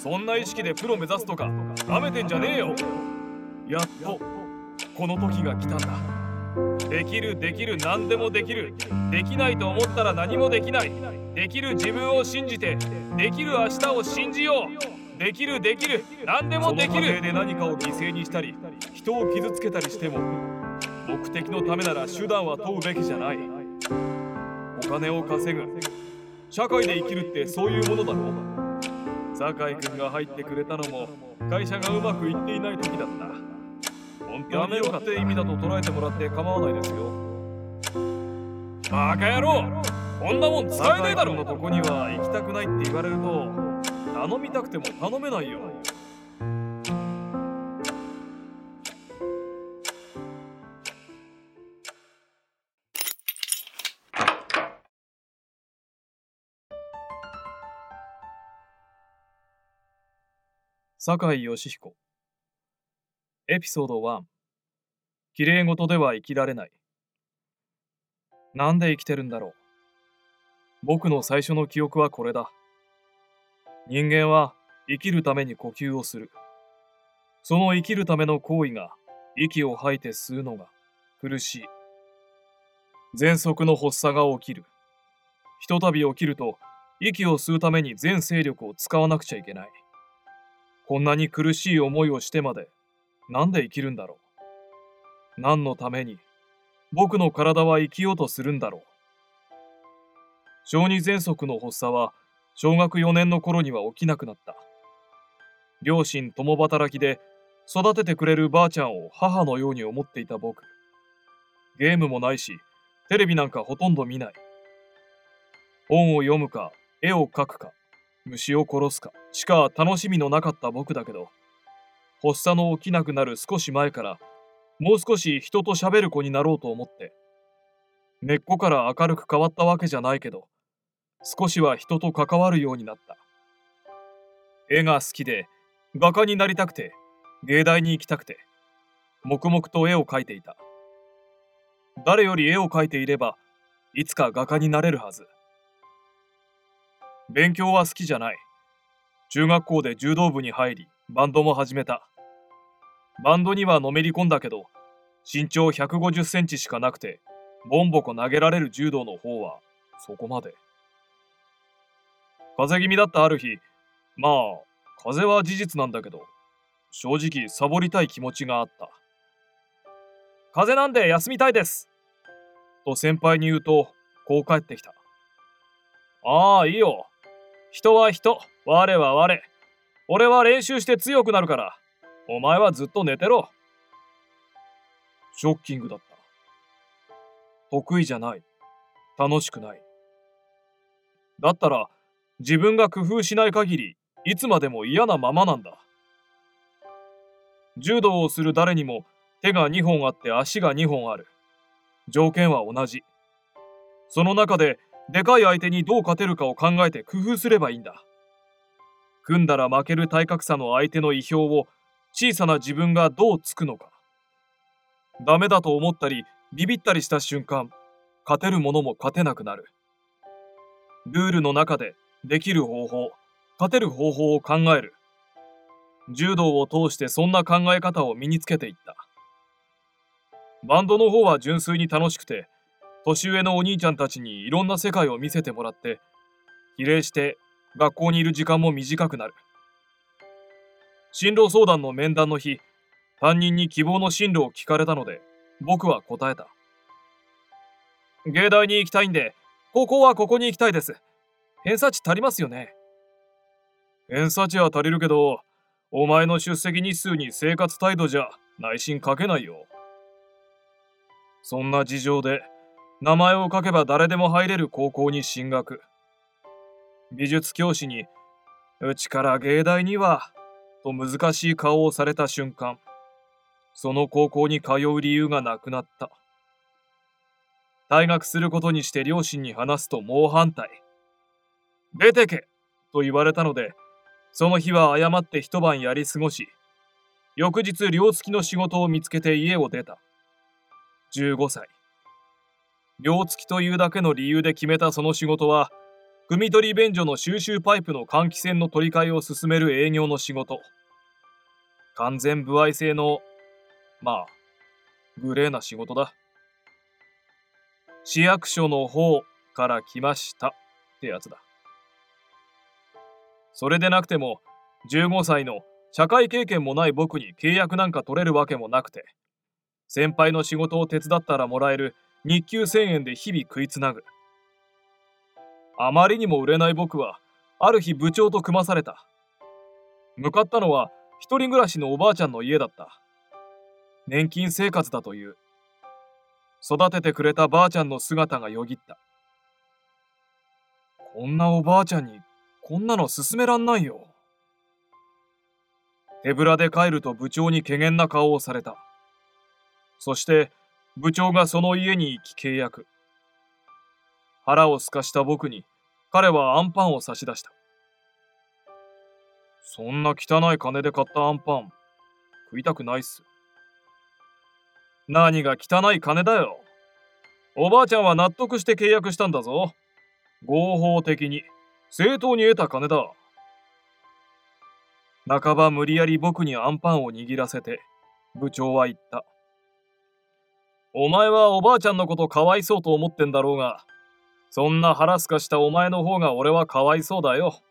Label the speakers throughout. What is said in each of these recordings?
Speaker 1: そんな意識でプロ目指すとかなめてんじゃねえよ。やっとこの時が来たんだ。できるできる、何でもできる。できないと思ったら何もできない。できる自分を信じて、できる明日を信じよう。できるできる、何でもできる。その過程で何かを犠牲にしたり人を傷つけたりしても、目的のためなら手段は問うべきじゃない。お金を稼ぐ、社会で生きるってそういうものだろ。酒井君が入ってくれたのも会社がうまくいっていない時だった。本当によかって意味だと捉えてもらって構わないですよ。バカ野郎、こんなもん使えねえだろ。のとこには行きたくないって言われると頼みたくても頼めないよ。酒井義彦。エピソード1。きれい事では生きられない。なんで生きてるんだろう。僕の最初の記憶はこれだ。人間は生きるために呼吸をする。その生きるための行為が息を吐いて吸うのが苦しい。喘息の発作が起きる。ひとたび起きると息を吸うために全勢力を使わなくちゃいけない。こんなに苦しい思いをしてまでなんで生きるんだろう。何のために僕の体は生きようとするんだろう。小児喘息の発作は小学4年の頃には起きなくなった。両親共働きで育ててくれるばあちゃんを母のように思っていた僕。ゲームもないしテレビなんかほとんど見ない。本を読むか絵を描くか虫を殺すかしか楽しみのなかった僕だけど、発作の起きなくなる少し前からもう少し人と喋る子になろうと思って、根っこから明るく変わったわけじゃないけど少しは人と関わるようになった。絵が好きで画家になりたくて芸大に行きたくて黙々と絵を描いていた。誰より絵を描いていればいつか画家になれるはず。勉強は好きじゃない。中学校で柔道部に入りバンドも始めた。バンドにはのめり込んだけど身長150センチしかなくてボンボコ投げられる柔道の方はそこまで。風邪気味だったある日、まあ風邪は事実なんだけど正直サボりたい気持ちがあった。風邪なんで休みたいですと先輩に言うとこう返ってきた。ああいいよ、人は人、我は我。俺は練習して強くなるから、お前はずっと寝てろ。ショッキングだった。得意じゃない。楽しくない。だったら、自分が工夫しない限り、いつまでも嫌なままなんだ。柔道をする誰にも手が2本あって足が2本ある。条件は同じ。その中で、でかい相手にどう勝てるかを考えて工夫すればいいんだ。組んだら負ける体格差の相手の意表を小さな自分がどうつくのか。ダメだと思ったりビビったりした瞬間、勝てるものも勝てなくなる。ルールの中でできる方法、勝てる方法を考える。柔道を通してそんな考え方を身につけていった。バンドの方は純粋に楽しくて、年上のお兄ちゃんたちにいろんな世界を見せてもらって、比例して学校にいる時間も短くなる。進路相談の面談の日、担任に希望の進路を聞かれたので、僕は答えた。芸大に行きたいんで、高校はここに行きたいです。偏差値足りますよね。偏差値は足りるけど、お前の出席日数に生活態度じゃ内心書けないよ。そんな事情で、名前を書けば誰でも入れる高校に進学。美術教師に、うちから芸大には、と難しい顔をされた瞬間、その高校に通う理由がなくなった。退学することにして両親に話すと猛反対。出てけと言われたので、その日は誤って一晩やり過ごし、翌日寮付きの仕事を見つけて家を出た。15歳。寮付きというだけの理由で決めたその仕事は、 汲取便所の収集パイプの換気扇の取り替えを進める営業の仕事。完全歩合制の、グレーな仕事だ。市役所の方から来ましたってやつだ。それでなくても、15歳の社会経験もない僕に契約なんか取れるわけもなくて、先輩の仕事を手伝ったらもらえる日給1000円で日々食いつなぐ。あまりにも売れない僕は、ある日部長と組まされた。向かったのは一人暮らしのおばあちゃんの家だった。年金生活だという。育ててくれたばあちゃんの姿がよぎった。こんなおばあちゃんにこんなの勧めらんないよ。手ぶらで帰ると部長に怪訝な顔をされた。そして部長がその家に行き契約。腹をすかした僕に彼はアンパンを差し出した。そんな汚い金で買ったアンパン食いたくないっす。何が汚い金だよ。おばあちゃんは納得して契約したんだぞ。合法的に正当に得た金だ。半ば無理やり僕にアンパンを握らせて部長は言った。お前はおばあちゃんのことかわいそうと思ってんだろうが、そんな腹すかしたお前の方が俺はかわいそうだよ。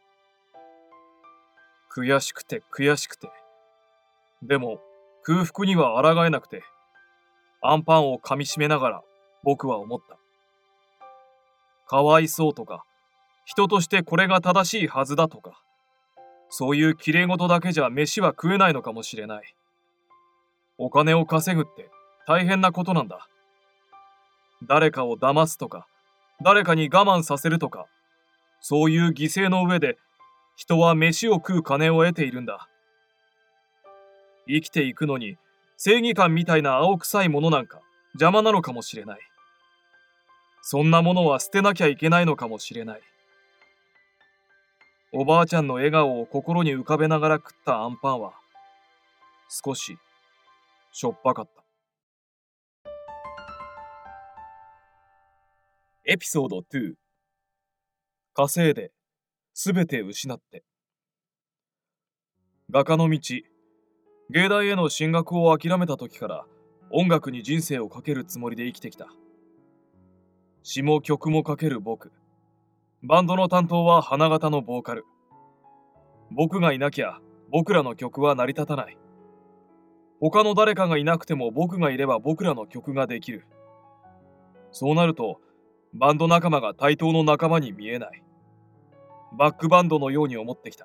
Speaker 1: 悔しくて悔しくて。でも空腹には抗えなくて、アンパンを噛みしめながら僕は思った。かわいそうとか、人としてこれが正しいはずだとか、そういうきれい事だけじゃ飯は食えないのかもしれない。お金を稼ぐって大変なことなんだ。誰かを騙すとか、誰かに我慢させるとか、そういう犠牲の上で人は飯を食う金を得ているんだ。生きていくのに正義感みたいな青臭いものなんか邪魔なのかもしれない。そんなものは捨てなきゃいけないのかもしれない。おばあちゃんの笑顔を心に浮かべながら食ったアンパンは少ししょっぱかった。エピソード2。稼いで、すべて失って。画家の道、芸大への進学を諦めた時から音楽に人生をかけるつもりで生きてきた。詩も曲も書ける僕。バンドの担当は花形のボーカル。僕がいなきゃ僕らの曲は成り立たない。他の誰かがいなくても僕がいれば僕らの曲ができる。そうなるとバンド仲間が対等の仲間に見えない。バックバンドのように思ってきた。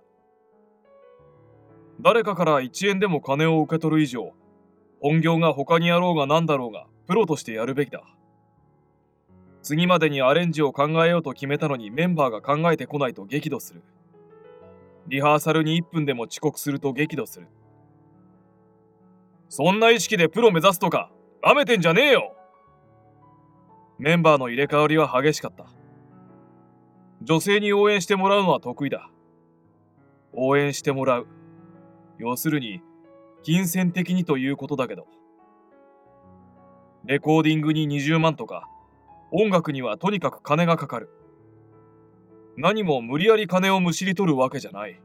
Speaker 1: 誰かから1円でも金を受け取る以上、本業が他にあろうが何だろうがプロとしてやるべきだ。次までにアレンジを考えようと決めたのにメンバーが考えてこないと激怒する。リハーサルに1分でも遅刻すると激怒する。そんな意識でプロ目指すとか、なめてんじゃねえよ。メンバーの入れ替わりは激しかった。女性に応援してもらうのは得意だ。応援してもらう。要するに、金銭的にということだけど。レコーディングに20万とか、音楽にはとにかく金がかかる。何も無理やり金をむしり取るわけじゃない。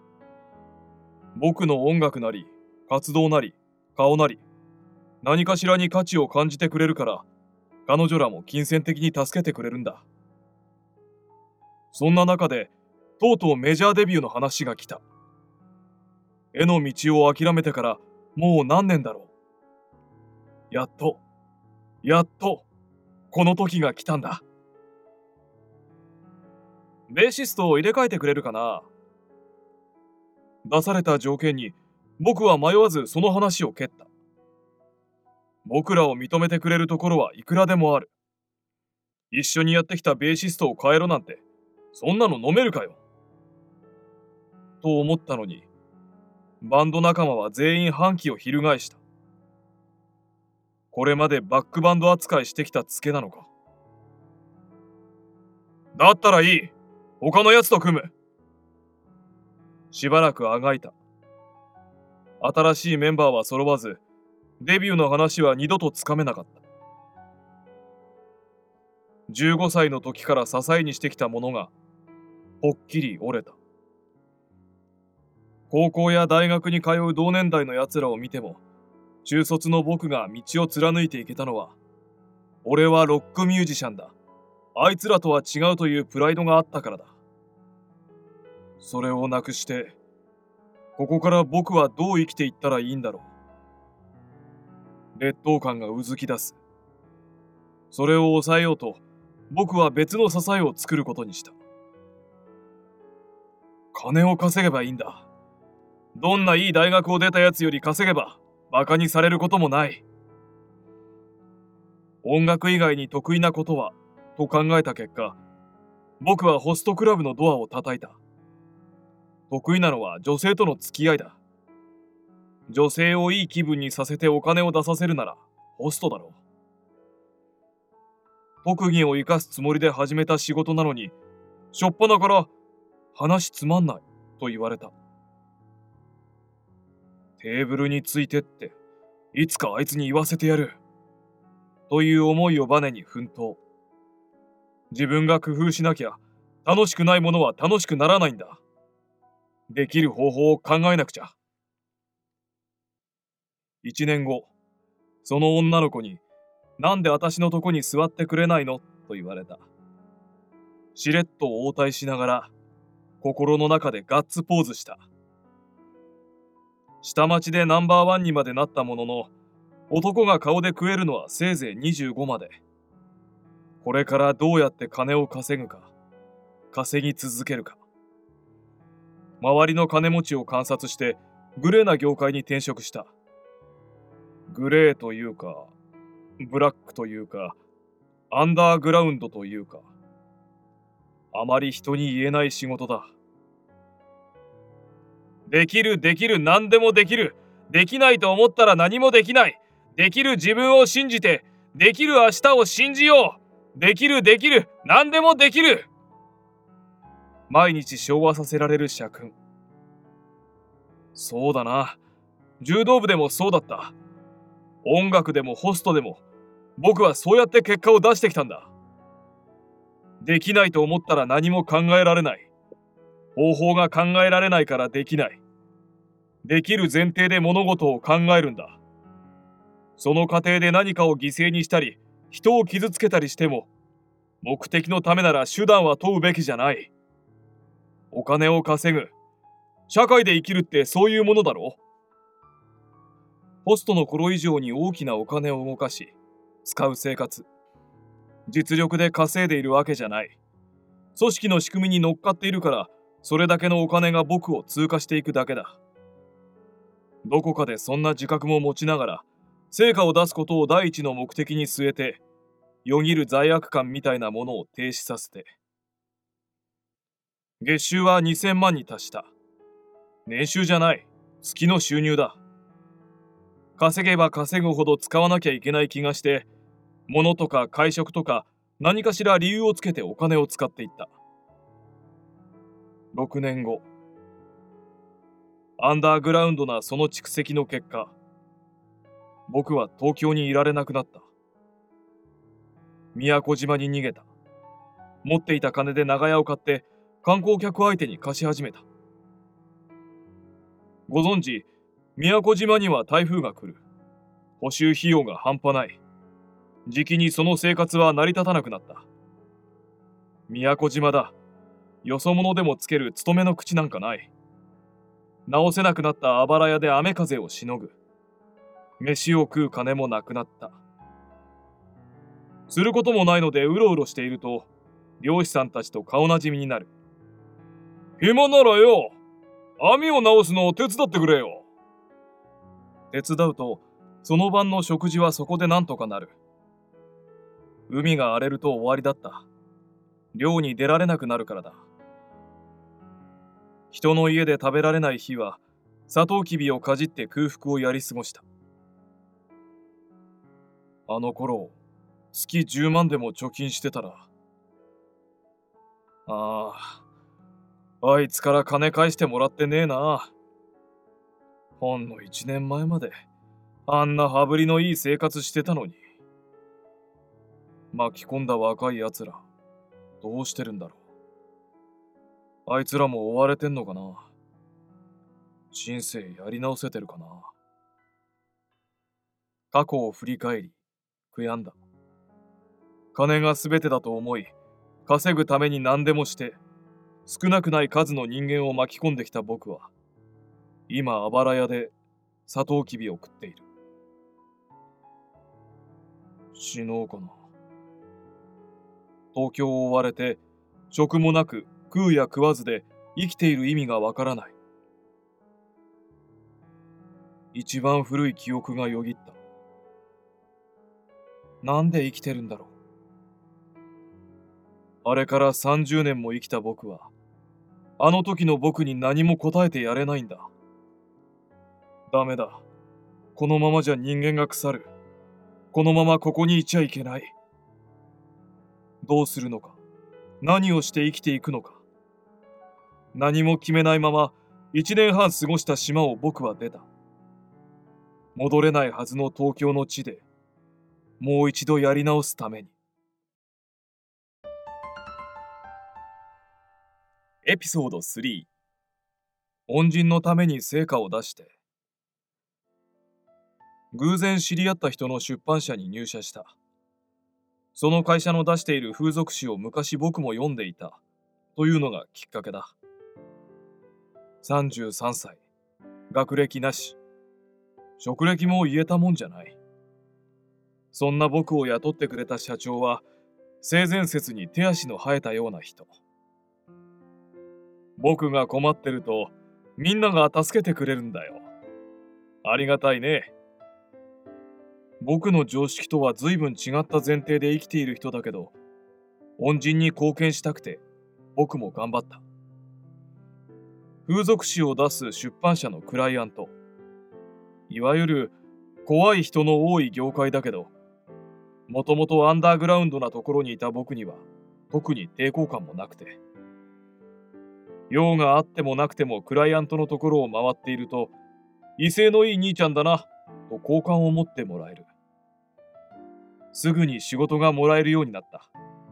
Speaker 1: 僕の音楽なり、活動なり、顔なり、何かしらに価値を感じてくれるから、彼女らも金銭的に助けてくれるんだ。そんな中で、とうとうメジャーデビューの話が来た。絵の道を諦めてからもう何年だろう。やっと、この時が来たんだ。ベーシストを入れ替えてくれるかな。出された条件に僕は迷わずその話を蹴った。僕らを認めてくれるところはいくらでもある。一緒にやってきたベーシストを変えろなんて、そんなの飲めるかよ。と思ったのに、バンド仲間は全員反旗を翻した。これまでバックバンド扱いしてきたツケなのか。だったらいい。他のやつと組む。しばらくあがいた。新しいメンバーは揃わず、デビューの話は二度とつかめなかった。15歳の時から支えにしてきたものがぽっきり折れた。高校や大学に通う同年代の奴らを見ても、中卒の僕が道を貫いていけたのは、俺はロックミュージシャンだ。あいつらとは違うというプライドがあったからだ。それをなくして、ここから僕はどう生きていったらいいんだろう。劣等感がうずき出す。それを抑えようと、僕は別の支えを作ることにした。金を稼げばいいんだ。どんないい大学を出たやつより稼げば、馬鹿にされることもない。音楽以外に得意なことは、と考えた結果、僕はホストクラブのドアを叩いた。得意なのは女性との付き合いだ。女性をいい気分にさせてお金を出させるなら、ホストだろう。特技を生かすつもりで始めた仕事なのに、しょっぱなから話つまんないと言われた。テーブルについてって、いつかあいつに言わせてやる。という思いをバネに奮闘。自分が工夫しなきゃ、楽しくないものは楽しくならないんだ。できる方法を考えなくちゃ。1年後、その女の子に、なんで私のとこに座ってくれないのと言われた。しれっと応対しながら、心の中でガッツポーズした。下町でナンバーワンにまでなったものの、男が顔で食えるのはせいぜい25まで。これからどうやって金を稼ぐか、稼ぎ続けるか。周りの金持ちを観察して、グレーな業界に転職した。グレーというか、ブラックというか、アンダーグラウンドというか、あまり人に言えない仕事だ。できる、できる、何でもできる。できないと思ったら何もできない。できる自分を信じて、できる明日を信じよう。できる、できる、何でもできる。毎日昭和させられる社訓。そうだな。柔道部でもそうだった。音楽でもホストでも、僕はそうやって結果を出してきたんだ。できないと思ったら何も考えられない。方法が考えられないからできない。できる前提で物事を考えるんだ。その過程で何かを犠牲にしたり、人を傷つけたりしても、目的のためなら手段は問うべきじゃない。お金を稼ぐ。社会で生きるってそういうものだろ。ホストの頃以上に大きなお金を動かし、使う生活。実力で稼いでいるわけじゃない。組織の仕組みに乗っかっているから、それだけのお金が僕を通過していくだけだ。どこかでそんな自覚も持ちながら、成果を出すことを第一の目的に据えて、よぎる罪悪感みたいなものを停止させて。月収は2000万に達した。年収じゃない、月の収入だ。稼げば稼ぐほど使わなきゃいけない気がして、物とか会食とか何かしら理由をつけてお金を使っていった。6年後、アンダーグラウンドなその蓄積の結果、僕は東京にいられなくなった。宮古島に逃げた。持っていた金で長屋を買って観光客相手に貸し始めた。ご存知、宮古島には台風が来る。補修費用が半端ない。時期にその生活は成り立たなくなった。宮古島だ。よそ者でもつける勤めの口なんかない。直せなくなったあばら屋で雨風をしのぐ。飯を食う金もなくなった。することもないのでうろうろしていると、漁師さんたちと顔なじみになる。暇ならよ、網を直すのを手伝ってくれよ。手伝うと、その晩の食事はそこでなんとかなる。海が荒れると終わりだった。漁に出られなくなるからだ。人の家で食べられない日は、サトウキビをかじって空腹をやり過ごした。あの頃、月10万でも貯金してたら。あいつから金返してもらってねえな。ほんの1年前まで、あんな羽振りのいい生活してたのに。巻き込んだ若い奴ら、どうしてるんだろう。 あいつらも追われてんのかな。人生やり直せてるかな。過去を振り返り、悔やんだ。金が全てだと思い、稼ぐために何でもして、少なくない数の人間を巻き込んできた僕は、今あばら屋でサトウキビを食っている。死のうかな。東京を追われて、職もなく食うや食わずで生きている意味がわからない。一番古い記憶がよぎった。なんで生きてるんだろう。あれから30年も生きた僕は、あの時の僕に何も答えてやれないんだ。ダメだ。このままじゃ人間が腐る。このままここにいちゃいけない。どうするのか。何をして生きていくのか。何も決めないまま1年半過ごした島を僕は出た。戻れないはずの東京の地でもう一度やり直すために。エピソード3。恩人のために成果を出して。偶然知り合った人の出版社に入社した。その会社の出している風俗誌を昔僕も読んでいたというのがきっかけだ。33歳、学歴なし、職歴も言えたもんじゃない。そんな僕を雇ってくれた社長は性善説に手足の生えたような人。僕が困ってるとみんなが助けてくれるんだよ。ありがたいね。僕の常識とは随分違った前提で生きている人だけど、恩人に貢献したくて僕も頑張った。風俗誌を出す出版社のクライアント。いわゆる怖い人の多い業界だけど、もともとアンダーグラウンドなところにいた僕には特に抵抗感もなくて。用があってもなくてもクライアントのところを回っていると、威勢のいい兄ちゃんだなと好感を持ってもらえる。すぐに仕事がもらえるようになった。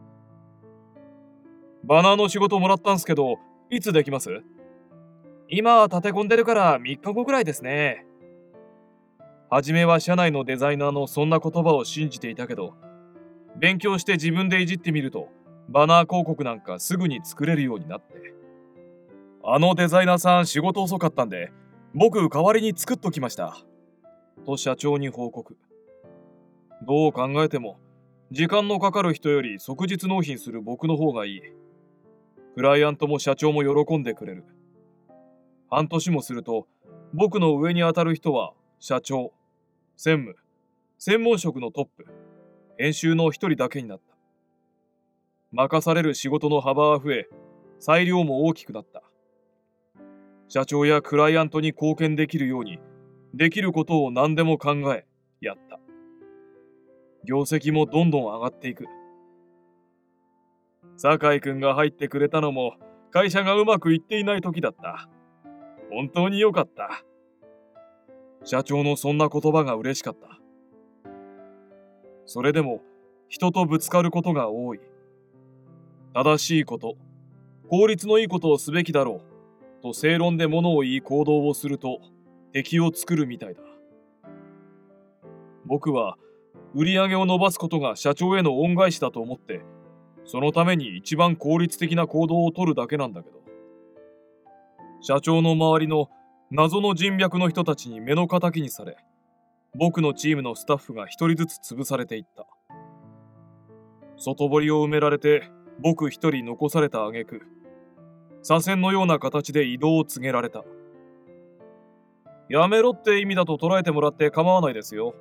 Speaker 1: バナーの仕事もらったんすけど、いつできます？今は立て込んでるから3日後ぐらいですね。はじめは社内のデザイナーのそんな言葉を信じていたけど、勉強して自分でいじってみると、バナー広告なんかすぐに作れるようになって。あのデザイナーさん仕事遅かったんで、僕代わりに作っときました。と社長に報告。どう考えても、時間のかかる人より即日納品する僕の方がいい。クライアントも社長も喜んでくれる。半年もすると、僕の上に当たる人は社長、専務、専門職のトップ、編集の一人だけになった。任される仕事の幅は増え、裁量も大きくなった。社長やクライアントに貢献できるように、できることを何でも考え、やった。業績もどんどん上がっていく。酒井くんが入ってくれたのも、会社がうまくいっていない時だった。本当に良かった。社長のそんな言葉が嬉しかった。それでも、人とぶつかることが多い。正しいこと、効率のいいことをすべきだろう、と正論で物を言い行動をすると、敵を作るみたいだ。僕は、売り上げを伸ばすことが社長への恩返しだと思って、そのために一番効率的な行動を取るだけなんだけど。社長の周りの謎の人脈の人たちに目の敵にされ、僕のチームのスタッフが一人ずつ潰されていった。外堀を埋められて僕一人残された挙句、左遷のような形で異動を告げられた。やめろって意味だと捉えてもらって構わないですよ。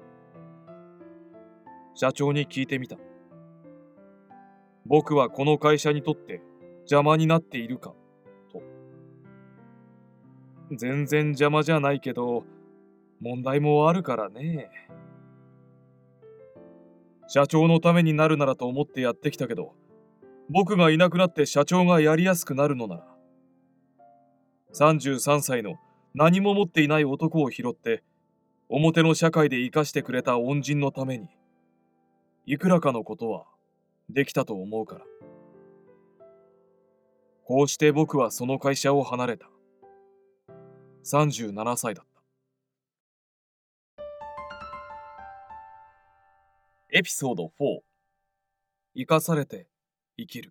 Speaker 1: 社長に聞いてみた。僕はこの会社にとって邪魔になっているかと。全然邪魔じゃないけど、問題もあるからね。社長のためになるならと思ってやってきたけど、僕がいなくなって社長がやりやすくなるのなら、33歳の何も持っていない男を拾って、表の社会で生かしてくれた恩人のために、いくらかのことはできたと思うから。 こうして僕はその会社を離れた。37歳だった。エピソード4。生かされて生きる。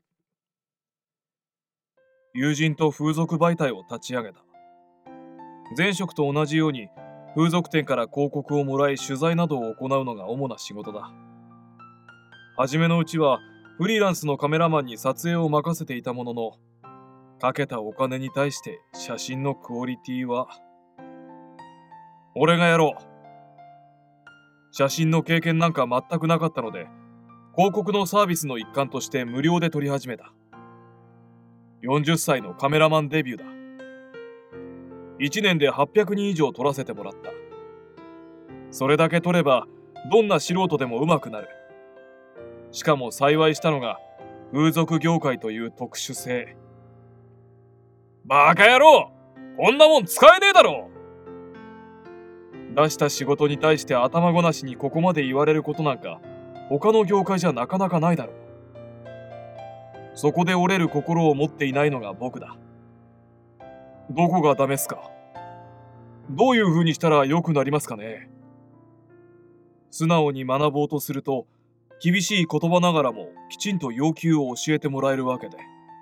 Speaker 1: 友人と風俗媒体を立ち上げた。前職と同じように風俗店から広告をもらい取材などを行うのが主な仕事だ。初めのうちはフリーランスのカメラマンに撮影を任せていたものの、かけたお金に対して写真のクオリティは、俺がやろう。写真の経験なんか全くなかったので、広告のサービスの一環として無料で撮り始めた。40歳のカメラマンデビューだ。1年で800人以上撮らせてもらった。それだけ撮ればどんな素人でも上手くなる。しかも幸いしたのが風俗業界という特殊性。バカ野郎、こんなもん使えねえだろ。出した仕事に対して頭ごなしにここまで言われることなんか他の業界じゃなかなかないだろう。そこで折れる心を持っていないのが僕だ。どこがダメっすか？どういう風にしたら良くなりますかね？素直に学ぼうとすると、厳しい言葉ながらもきちんと要求を教えてもらえるわけで。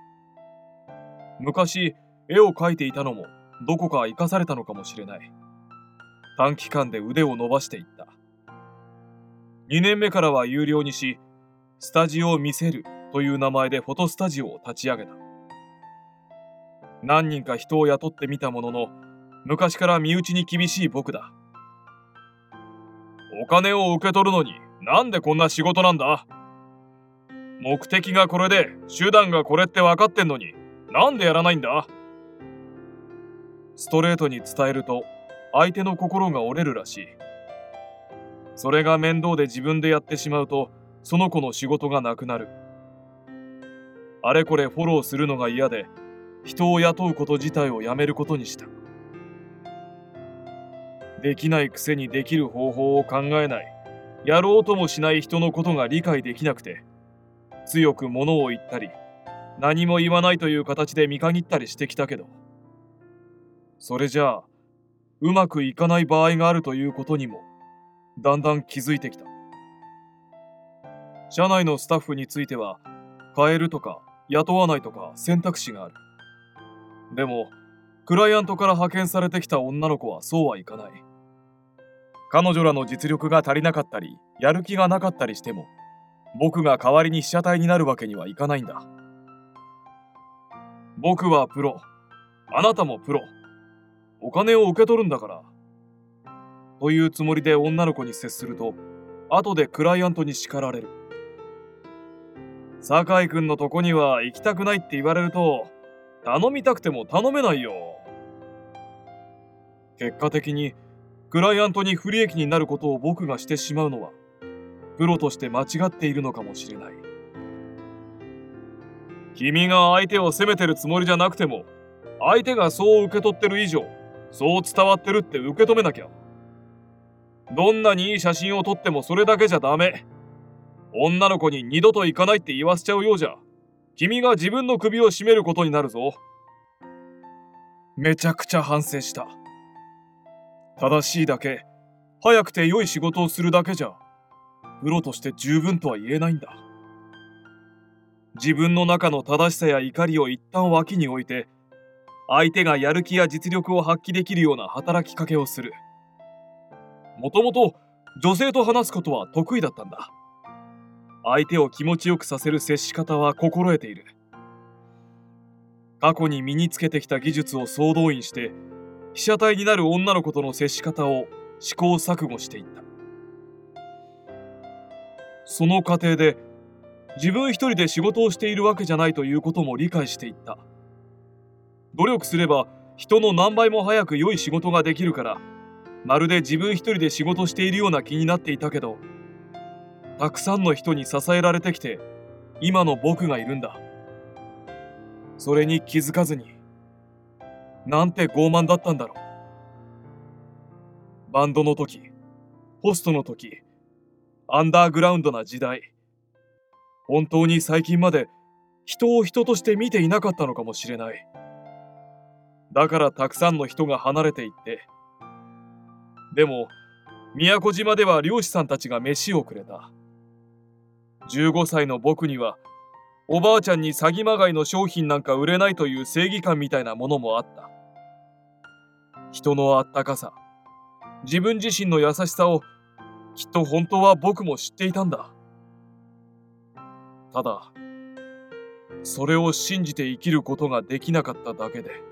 Speaker 1: 昔、絵を描いていたのもどこか生かされたのかもしれない。短期間で腕を伸ばしていった。2年目からは有料にし、スタジオを見せるという名前でフォトスタジオを立ち上げた。何人か人を雇ってみたものの、昔から身内に厳しい僕だ。お金を受け取るのになんでこんな仕事なんだ？目的がこれで手段がこれって分かってんのになんでやらないんだ？ストレートに伝えると相手の心が折れるらしい。それが面倒で自分でやってしまうとその子の仕事がなくなる。あれこれフォローするのが嫌で人を雇うこと自体をやめることにした。できないくせにできる方法を考えない、やろうともしない人のことが理解できなくて、強く物を言ったり、何も言わないという形で見限ったりしてきたけど、それじゃあ、うまくいかない場合があるということにも、だんだん気づいてきた。社内のスタッフについては、変えるとか雇わないとか選択肢がある。でも、クライアントから派遣されてきた女の子はそうはいかない。彼女らの実力が足りなかったり、やる気がなかったりしても、僕が代わりに被写体になるわけにはいかないんだ。僕はプロ、あなたもプロ、お金を受け取るんだから。というつもりで女の子に接すると、後でクライアントに叱られる。酒井君のとこには行きたくないって言われると、頼みたくても頼めないよ。結果的に、クライアントに不利益になることを僕がしてしまうのは、プロとして間違っているのかもしれない。君が相手を責めてるつもりじゃなくても、相手がそう受け取ってる以上、そう伝わってるって受け止めなきゃ。どんなにいい写真を撮ってもそれだけじゃダメ。女の子に二度と行かないって言わせちゃうようじゃ、君が自分の首を絞めることになるぞ。めちゃくちゃ反省した。正しいだけ、早くて良い仕事をするだけじゃ、プロとして十分とは言えないんだ。自分の中の正しさや怒りを一旦脇に置いて、相手がやる気や実力を発揮できるような働きかけをする。もともと女性と話すことは得意だったんだ。相手を気持ちよくさせる接し方は心得ている。過去に身につけてきた技術を総動員して、被写体になる女の子との接し方を試行錯誤していった。その過程で、自分一人で仕事をしているわけじゃないということも理解していった。努力すれば人の何倍も早く良い仕事ができるから、まるで自分一人で仕事しているような気になっていたけど、たくさんの人に支えられてきて、今の僕がいるんだ。それに気づかずに、なんて傲慢だったんだろう。バンドの時、ホストの時、アンダーグラウンドな時代、本当に最近まで人を人として見ていなかったのかもしれない。だからたくさんの人が離れていって。でも、宮古島では漁師さんたちが飯をくれた。15歳の僕には、おばあちゃんに詐欺まがいの商品なんか売れないという正義感みたいなものもあった。人のあったかさ、自分自身の優しさを、きっと本当は僕も知っていたんだ。ただ、それを信じて生きることができなかっただけで。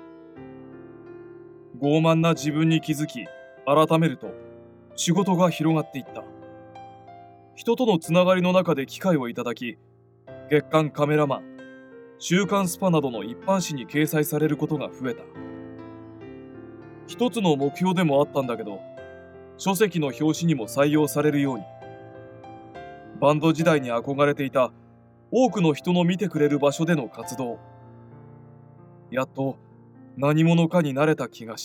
Speaker 1: 傲慢な自分に気づき、改めると、仕事が広がっていった。人とのつながりの中で機会をいただき、月刊カメラマン、週刊スパなどの一般誌に掲載されることが増えた。一つの目標でもあったんだけど、書籍の表紙にも採用されるように。バンド時代に憧れていた多くの人の見てくれる場所での活動。やっと何者かになれた気がした。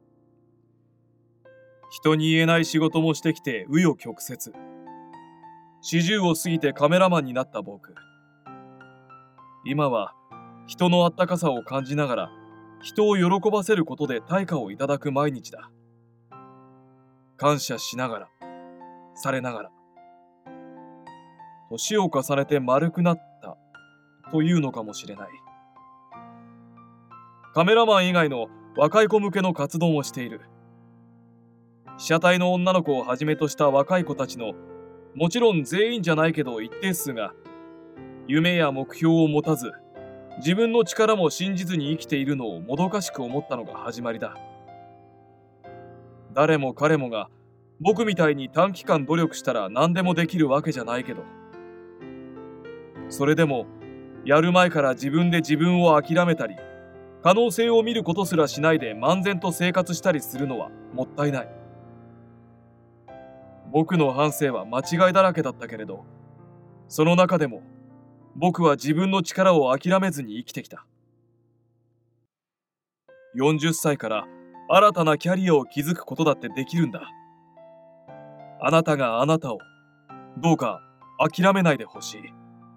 Speaker 1: 人に言えない仕事もしてきて紆余曲折。40を過ぎてカメラマンになった僕。今は人のあったかさを感じながら人を喜ばせることで対価をいただく毎日だ。感謝しながら、されながら。年を重ねて丸くなったというのかもしれない。カメラマン以外の若い子向けの活動もしている。被写体の女の子をはじめとした若い子たちの、もちろん全員じゃないけど一定数が、夢や目標を持たず、自分の力も信じずに生きているのをもどかしく思ったのが始まりだ。誰も彼もが僕みたいに短期間努力したら何でもできるわけじゃないけど、それでもやる前から自分で自分を諦めたり、可能性を見ることすらしないで漫然と生活したりするのはもったいない。僕の半生は間違いだらけだったけれど、その中でも僕は自分の力を諦めずに生きてきた。40歳から新たなキャリアを築くことだってできるんだ。あなたがあなたを、どうか諦めないでほしい。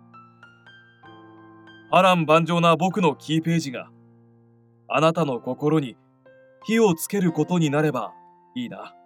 Speaker 1: 波乱万丈な僕のキーページが、あなたの心に火をつけることになればいいな。